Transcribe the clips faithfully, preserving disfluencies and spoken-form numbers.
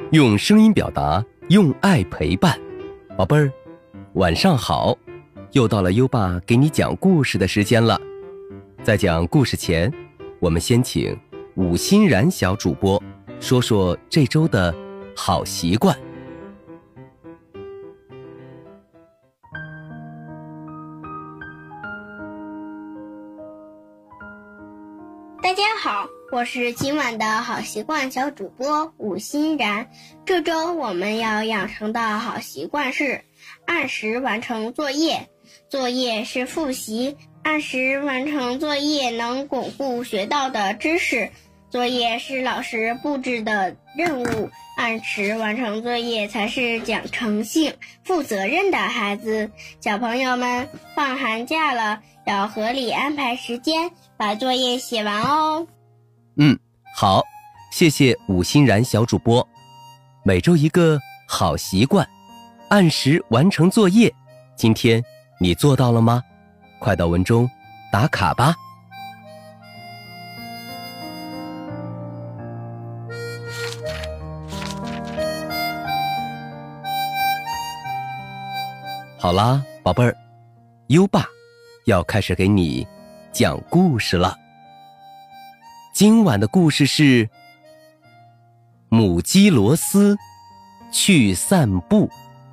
用声音表达，用爱陪伴。宝贝儿，晚上好，又到了优爸给你讲故事的时间了。在讲故事前，我们先请武欣然小主播说说这周的好习惯。 大家好，我是今晚的好习惯小主播武欣然。这周我们要养成的好习惯是按时完成作业。作业是复习，按时完成作业能巩固学到的知识。作业是老师布置的任务，按时完成作业才是讲诚信、负责任的孩子。小朋友们，放寒假了，要合理安排时间，把作业写完哦。 嗯，好，谢谢武欣然小主播。每周一个好习惯，按时完成作业。今天你做到了吗？快到文中打卡吧。好啦，宝贝儿，优爸要开始给你讲故事了。今晚的故事是母鸡罗斯去散步。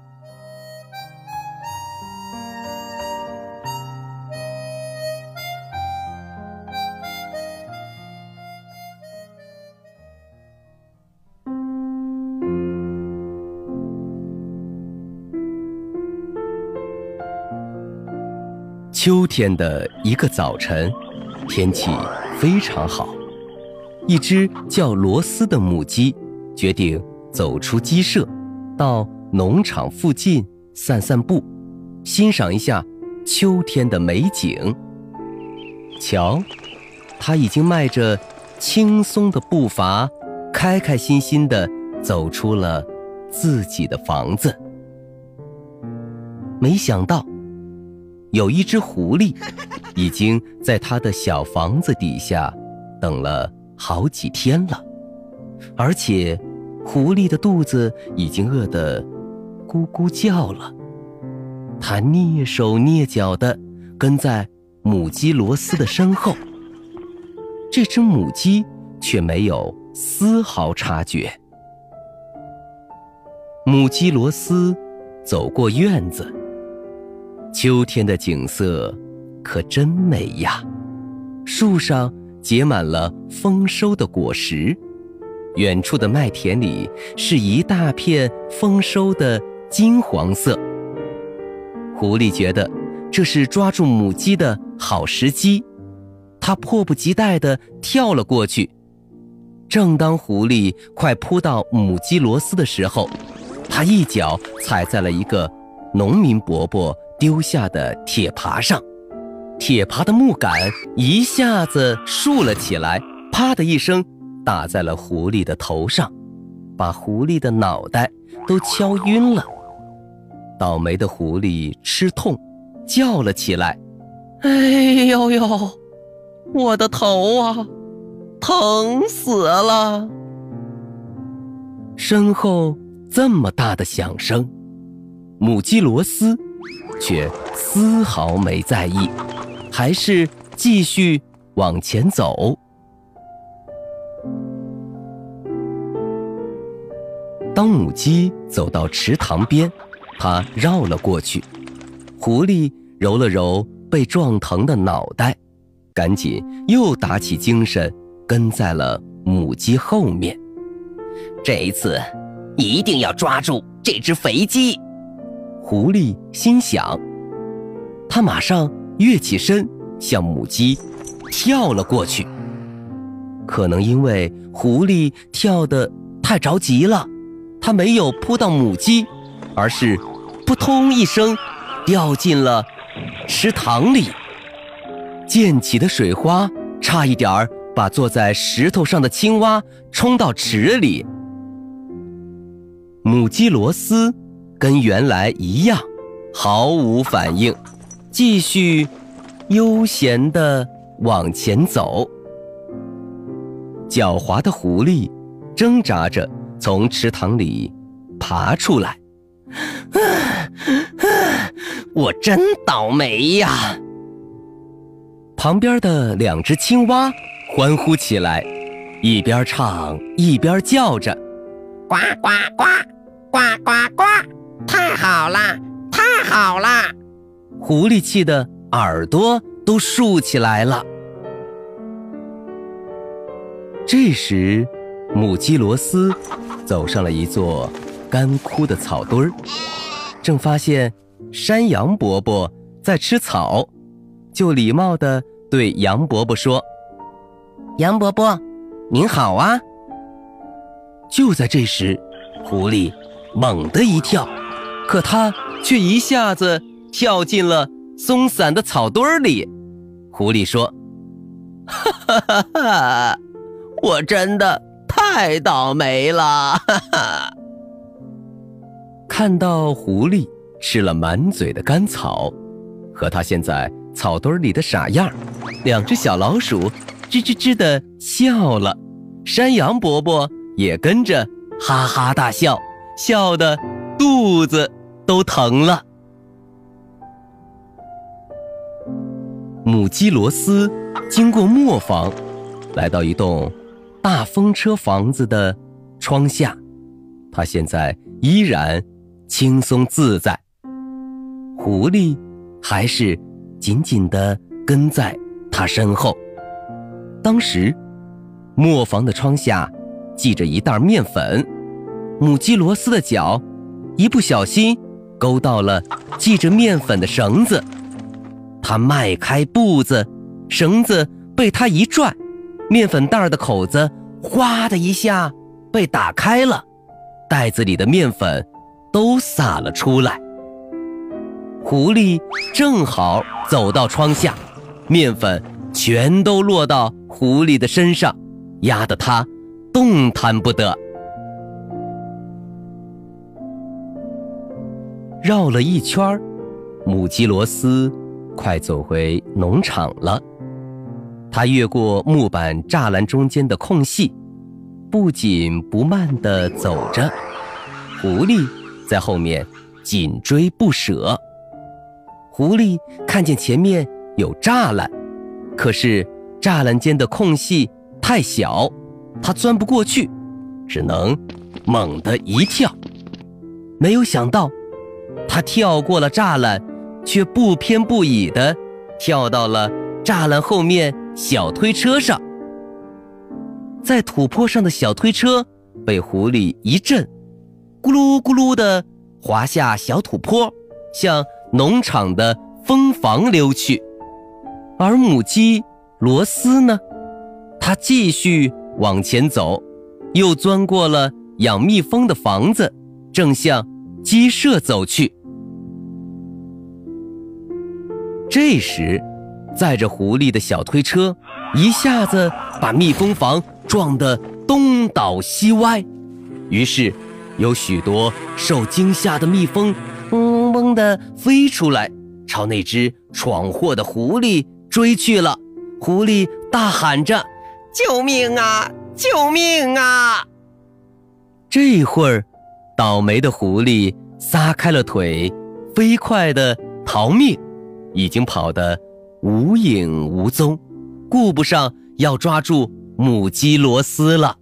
秋天的一个早晨，天气非常好。一只叫罗斯的母鸡决定走出鸡舍，到农场附近散散步，欣赏一下秋天的美景。瞧，它已经迈着轻松的步伐，开开心心地走出了自己的房子。没想到，有一只狐狸已经在它的小房子底下等了好几天了，而且狐狸的肚子已经饿得咕咕叫了。它蹑手蹑脚地跟在母鸡罗斯的身后，这只母鸡却没有丝毫察觉。母鸡罗斯走过院子，秋天的景色可真美呀，树上结满了丰收的果实，远处的麦田里是一大片丰收的金黄色。狐狸觉得这是抓住母鸡的好时机，它迫不及待地跳了过去。正当狐狸快扑到母鸡罗斯的时候，它一脚踩在了一个农民伯伯丢下的铁耙上，铁耙的木杆一下子竖了起来，啪的一声打在了狐狸的头上，把狐狸的脑袋都敲晕了。倒霉的狐狸吃痛，叫了起来：“哎呦呦，我的头啊，疼死了！”身后这么大的响声，母鸡罗斯却丝毫没在意，还是继续往前走。当母鸡走到池塘边，它绕了过去。狐狸揉了揉被撞疼的脑袋，赶紧又打起精神，跟在了母鸡后面。这一次一定要抓住这只肥鸡，狐狸心想。他马上跃起身，向母鸡跳了过去。可能因为狐狸跳得太着急了，它没有扑到母鸡，而是扑通一声掉进了池塘里。溅起的水花差一点儿把坐在石头上的青蛙冲到池里。母鸡罗斯跟原来一样，毫无反应，继续悠闲地往前走。狡猾的狐狸挣扎着从池塘里爬出来。我真倒霉呀！旁边的两只青蛙欢呼起来，一边唱一边叫着： 呱呱呱，呱呱呱，太好啦，太好啦！ 狐狸气得耳朵都竖起来了。这时，母鸡罗斯走上了一座干枯的草堆儿，正发现山羊伯伯在吃草，就礼貌地对羊伯伯说：羊伯伯，您好啊。就在这时，狐狸猛地一跳，可他却一下子跳进了松散的草堆里。狐狸说：哈哈哈哈，我真的太倒霉了，哈哈。看到狐狸吃了满嘴的干草，和他现在草堆里的傻样，两只小老鼠吱吱吱地笑了，山羊伯伯也跟着哈哈大笑，笑得肚子都疼了。母鸡罗斯经过磨坊，来到一栋大风车房子的窗下，他现在依然轻松自在，狐狸还是紧紧地跟在他身后。当时磨坊的窗下系着一袋面粉，母鸡罗斯的脚一不小心勾到了系着面粉的绳子，他迈开步子，绳子被他一拽，面粉袋的口子哗的一下被打开了，袋子里的面粉都洒了出来。狐狸正好走到窗下，面粉全都落到狐狸的身上，压得他动弹不得。绕了一圈，母鸡罗斯快走回农场了。他越过木板栅栏中间的空隙，不紧不慢地走着，狐狸在后面紧追不舍。狐狸看见前面有栅栏，可是栅栏间的空隙太小，它钻不过去，只能猛地一跳。没有想到，它跳过了栅栏，却不偏不倚地跳到了栅栏后面小推车上。在土坡上的小推车被狐狸一震，咕噜咕噜地滑下小土坡，向农场的蜂房溜去。而母鸡罗斯呢，它继续往前走，又钻过了养蜜蜂的房子，正向鸡舍走去。这时，载着狐狸的小推车一下子把蜜蜂房撞得东倒西歪，于是有许多受惊吓的蜜蜂嗡嗡地飞出来，朝那只闯祸的狐狸追去了。狐狸大喊着：救命啊，救命啊！这会儿，倒霉的狐狸撒开了腿，飞快地逃命，已经跑得无影无踪，顾不上要抓住母鸡罗斯了。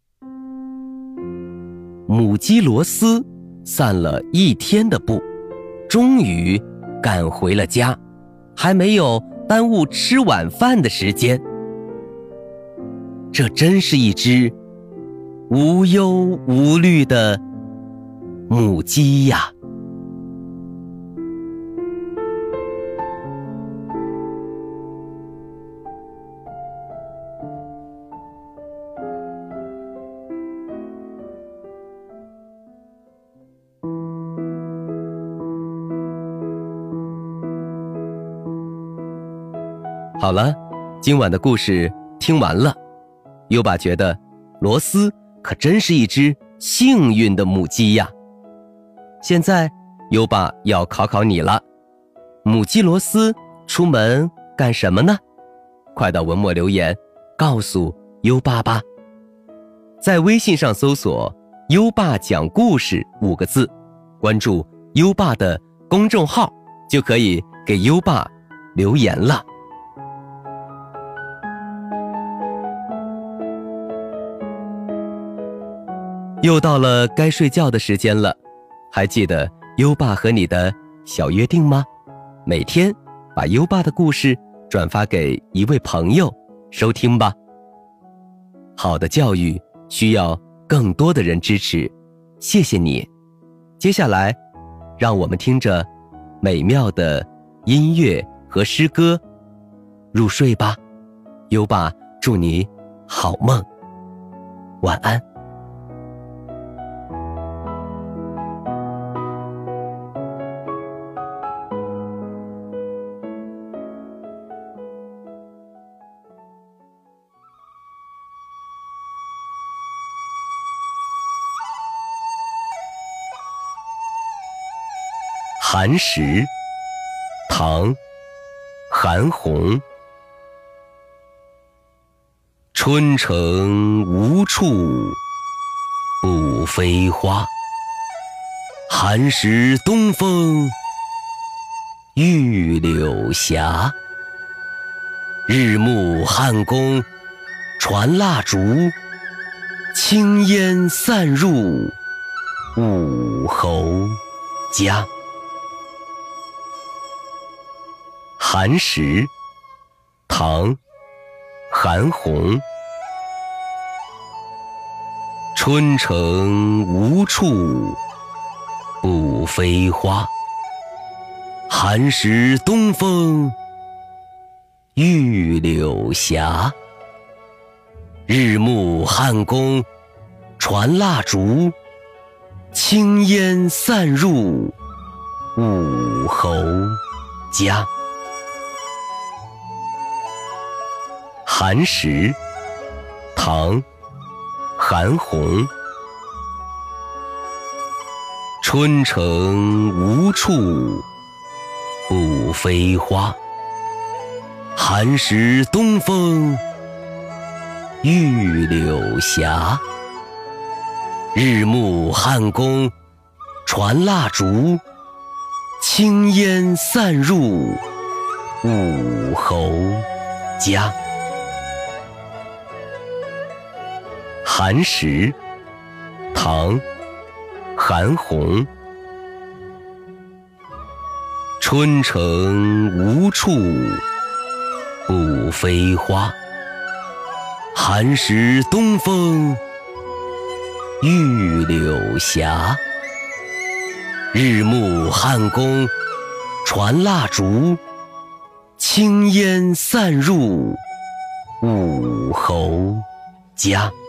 母鸡罗斯散了一天的步，终于赶回了家，还没有耽误吃晚饭的时间。这真是一只无忧无虑的母鸡呀！好了，今晚的故事听完了。优爸觉得罗斯可真是一只幸运的母鸡呀。现在优爸要考考你了，母鸡罗斯出门干什么呢？快到文末留言告诉优爸吧。在微信上搜索优爸讲故事五个字，关注优爸的公众号，就可以给优爸留言了。又到了该睡觉的时间了，还记得优爸和你的小约定吗？每天把优爸的故事转发给一位朋友收听吧。好的教育需要更多的人支持，谢谢你。接下来，让我们听着美妙的音乐和诗歌入睡吧。优爸祝你好梦，晚安。寒食，唐·韩翃。春城无处不飞花，寒食东风御柳斜。日暮汉宫传蜡烛，青烟散入武侯家。寒食，唐·韩翃。春城无处不飞花，寒食东风御柳斜。日暮汉宫传蜡烛，青烟散入武侯家。寒食，唐·韩翃。春城无处不飞花，寒食东风御柳斜。日暮汉宫传蜡烛，青烟散入武侯家。寒食，唐·韩翃。春城无处不飞花，寒食东风御柳斜。日暮汉宫传蜡烛，青烟散入武侯家。